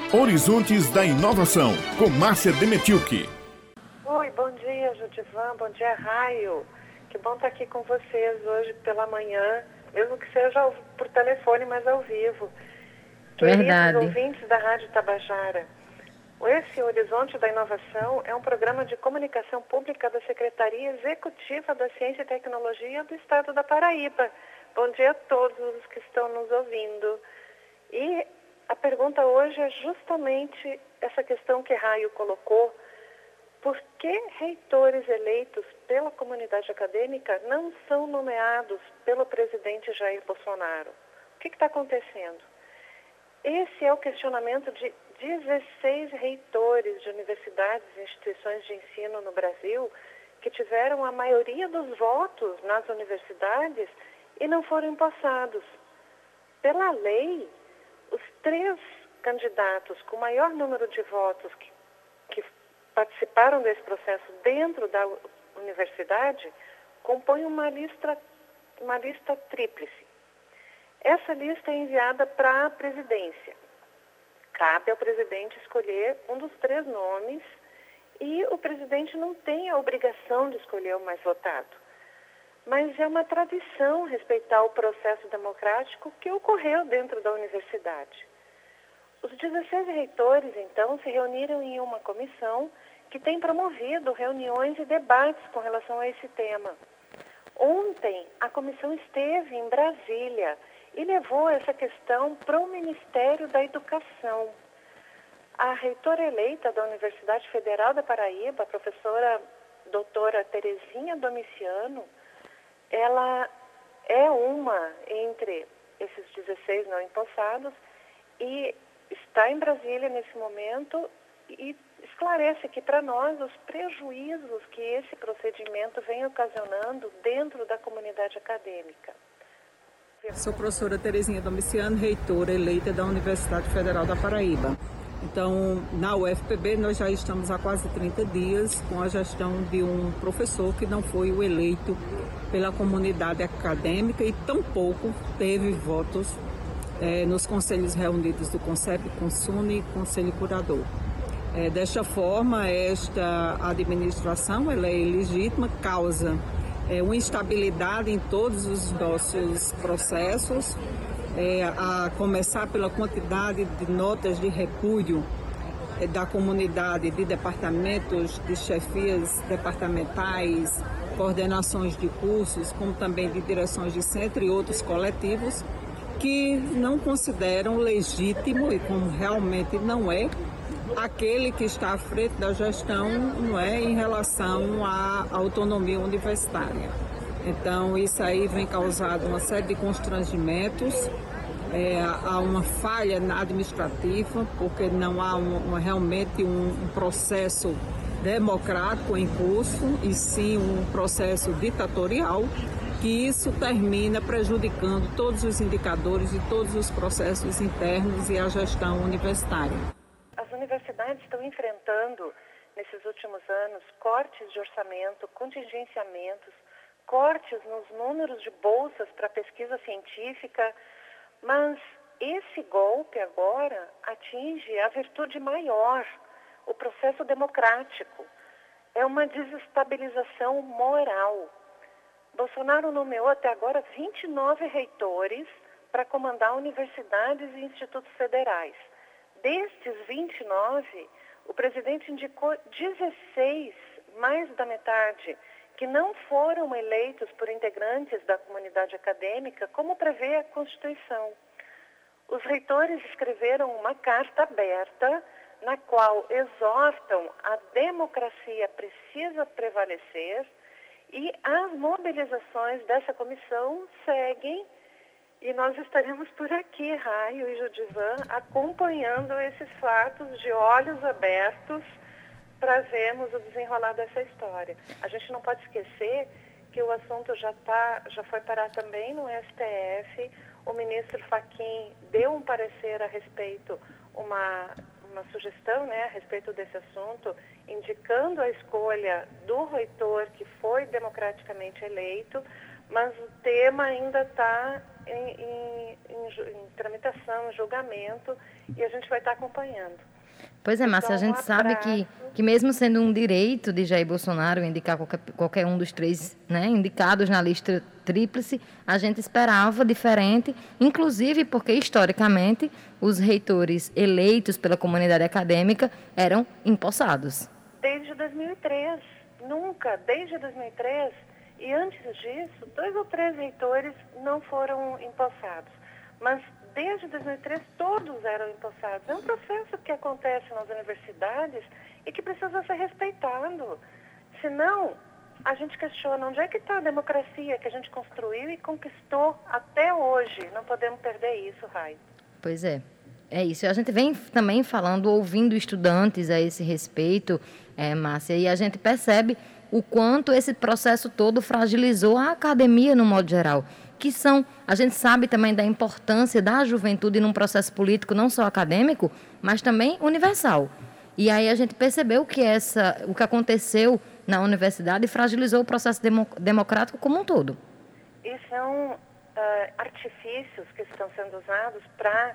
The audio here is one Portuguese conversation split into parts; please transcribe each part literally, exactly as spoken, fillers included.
Horizontes da Inovação, com Márcia Demetilke. Oi, bom dia, Judivan, bom dia, Raio. Que bom estar aqui com vocês hoje pela manhã, mesmo que seja por telefone, mas ao vivo. Verdade. Queridos ouvintes da Rádio Tabajara, esse Horizonte da Inovação é um programa de comunicação pública da Secretaria Executiva da Ciência e Tecnologia do Estado da Paraíba. Bom dia a todos os que estão nos ouvindo. E a pergunta hoje é justamente essa questão que Raio colocou: por que reitores eleitos pela comunidade acadêmica não são nomeados pelo presidente Jair Bolsonaro? O que está acontecendo? Esse é o questionamento de dezesseis reitores de universidades e instituições de ensino no Brasil que tiveram a maioria dos votos nas universidades e não foram empossados. Pela lei, os três candidatos com maior número de votos que, que participaram desse processo dentro da universidade compõem uma lista, uma lista tríplice. Essa lista é enviada para a presidência. Cabe ao presidente escolher um dos três nomes e o presidente não tem a obrigação de escolher o mais votado. Mas é uma tradição respeitar o processo democrático que ocorreu dentro da universidade. Os dezesseis reitores, então, se reuniram em uma comissão que tem promovido reuniões e debates com relação a esse tema. Ontem, a comissão esteve em Brasília e levou essa questão para o Ministério da Educação. A reitora eleita da Universidade Federal da Paraíba, a professora doutora Terezinha Domiciano, ela é uma entre esses dezesseis não empossados e está em Brasília nesse momento e esclarece aqui para nós os prejuízos que esse procedimento vem ocasionando dentro da comunidade acadêmica. Sou professora Terezinha Domiciano, reitora eleita da Universidade Federal da Paraíba. Então, na U F P B, nós já estamos há quase trinta dias com a gestão de um professor que não foi o eleito pela comunidade acadêmica e tampouco teve votos eh, nos conselhos reunidos do CONCEP, CONSUNE e Conselho Curador. Eh, desta forma, esta administração ela é ilegítima, causa eh, uma instabilidade em todos os nossos processos, É, a começar pela quantidade de notas de repúdio é, da comunidade, de departamentos, de chefias departamentais, coordenações de cursos, como também de direções de centro e outros coletivos, que não consideram legítimo, e como realmente não é, aquele que está à frente da gestão, não é, em relação à autonomia universitária. Então, isso aí vem causando uma série de constrangimentos, é, há uma falha administrativa, porque não há um, uma, realmente um, um processo democrático em curso, e sim um processo ditatorial, que isso termina prejudicando todos os indicadores e todos os processos internos e a gestão universitária. As universidades estão enfrentando, nesses últimos anos, cortes de orçamento, contingenciamentos, cortes nos números de bolsas para pesquisa científica, mas esse golpe agora atinge a virtude maior, o processo democrático. É uma desestabilização moral. Bolsonaro nomeou até agora vinte e nove reitores para comandar universidades e institutos federais. Destes vinte e nove, o presidente indicou dezesseis, mais da metade, que não foram eleitos por integrantes da comunidade acadêmica, como prevê a Constituição. Os reitores escreveram uma carta aberta na qual exortam a democracia precisa prevalecer e as mobilizações dessa comissão seguem e nós estaremos por aqui, Raio e Judivan, acompanhando esses fatos de olhos abertos para vermos o desenrolar dessa história. A gente não pode esquecer que o assunto já, tá, já foi parar também no S T F. O ministro Fachin deu um parecer a respeito, uma, uma sugestão, né, a respeito desse assunto, indicando a escolha do reitor que foi democraticamente eleito, mas o tema ainda está em, em, em, em tramitação, em julgamento, e a gente vai estar acompanhando. Pois é, Márcia, a Então, um gente sabe que, que mesmo sendo um direito de Jair Bolsonaro indicar qualquer, qualquer um dos três, né, indicados na lista tríplice, a gente esperava diferente, inclusive porque, historicamente, os reitores eleitos pela comunidade acadêmica eram empossados. Desde dois mil e três, nunca, desde dois mil e três, e antes disso, dois ou três reitores não foram empossados. Mas desde dois mil e três, todos eram empossados. É um processo que acontece nas universidades e que precisa ser respeitado. Senão, a gente questiona onde é que está a democracia que a gente construiu e conquistou até hoje. Não podemos perder isso, Rai. Pois é. É isso. A gente vem também falando, ouvindo estudantes a esse respeito, é, Márcia, e a gente percebe o quanto esse processo todo fragilizou a academia no modo geral. Que são, a gente sabe também da importância da juventude num processo político não só acadêmico, mas também universal. E aí a gente percebeu que essa, o que aconteceu na universidade fragilizou o processo demo, democrático como um todo. E são uh, artifícios que estão sendo usados para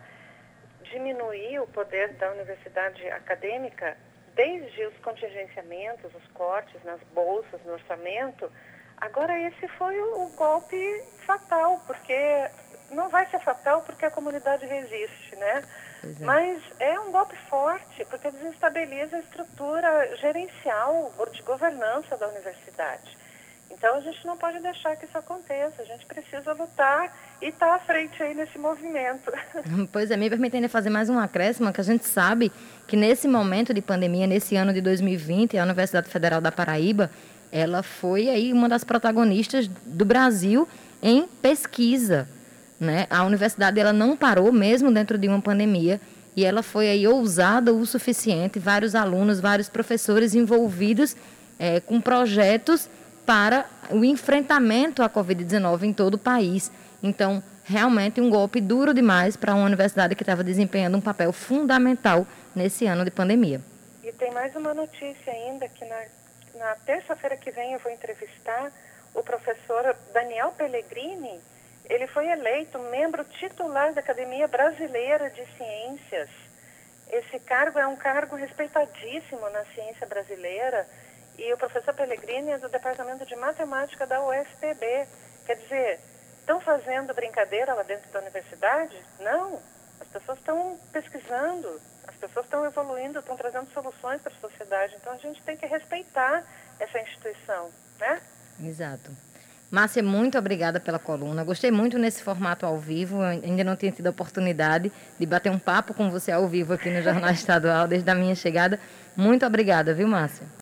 diminuir o poder da universidade acadêmica, desde os contingenciamentos, os cortes nas bolsas, no orçamento. Agora, esse foi o, o golpe fatal, porque não vai ser fatal porque a comunidade resiste, né? É. Mas é um golpe forte, porque desestabiliza a estrutura gerencial, de governança da universidade. Então, a gente não pode deixar que isso aconteça. A gente precisa lutar e estar tá à frente aí nesse movimento. Pois é, me permitendo fazer mais um acréscimo, que a gente sabe que nesse momento de pandemia, nesse ano de dois mil e vinte, a Universidade Federal da Paraíba, ela foi aí uma das protagonistas do Brasil em pesquisa, né? A universidade ela não parou mesmo dentro de uma pandemia e ela foi aí ousada o suficiente, vários alunos, vários professores envolvidos é, com projetos para o enfrentamento à covid dezenove em todo o país. Então, realmente um golpe duro demais para uma universidade que estava desempenhando um papel fundamental nesse ano de pandemia. E tem mais uma notícia ainda, que na, na terça-feira que vem eu vou entrevistar o professor Daniel Pellegrini. Ele foi eleito membro titular da Academia Brasileira de Ciências. Esse cargo é um cargo respeitadíssimo na ciência brasileira. E o professor Pellegrini é do Departamento de Matemática da U F P B. Quer dizer, estão fazendo brincadeira lá dentro da universidade? Não. As pessoas estão pesquisando, as pessoas estão evoluindo, estão trazendo soluções para a sociedade. Então, a gente tem que respeitar essa instituição, né? Exato. Márcia, muito obrigada pela coluna. Gostei muito nesse formato ao vivo. Eu ainda não tinha tido a oportunidade de bater um papo com você ao vivo aqui no Jornal Estadual desde a minha chegada. Muito obrigada, viu, Márcia?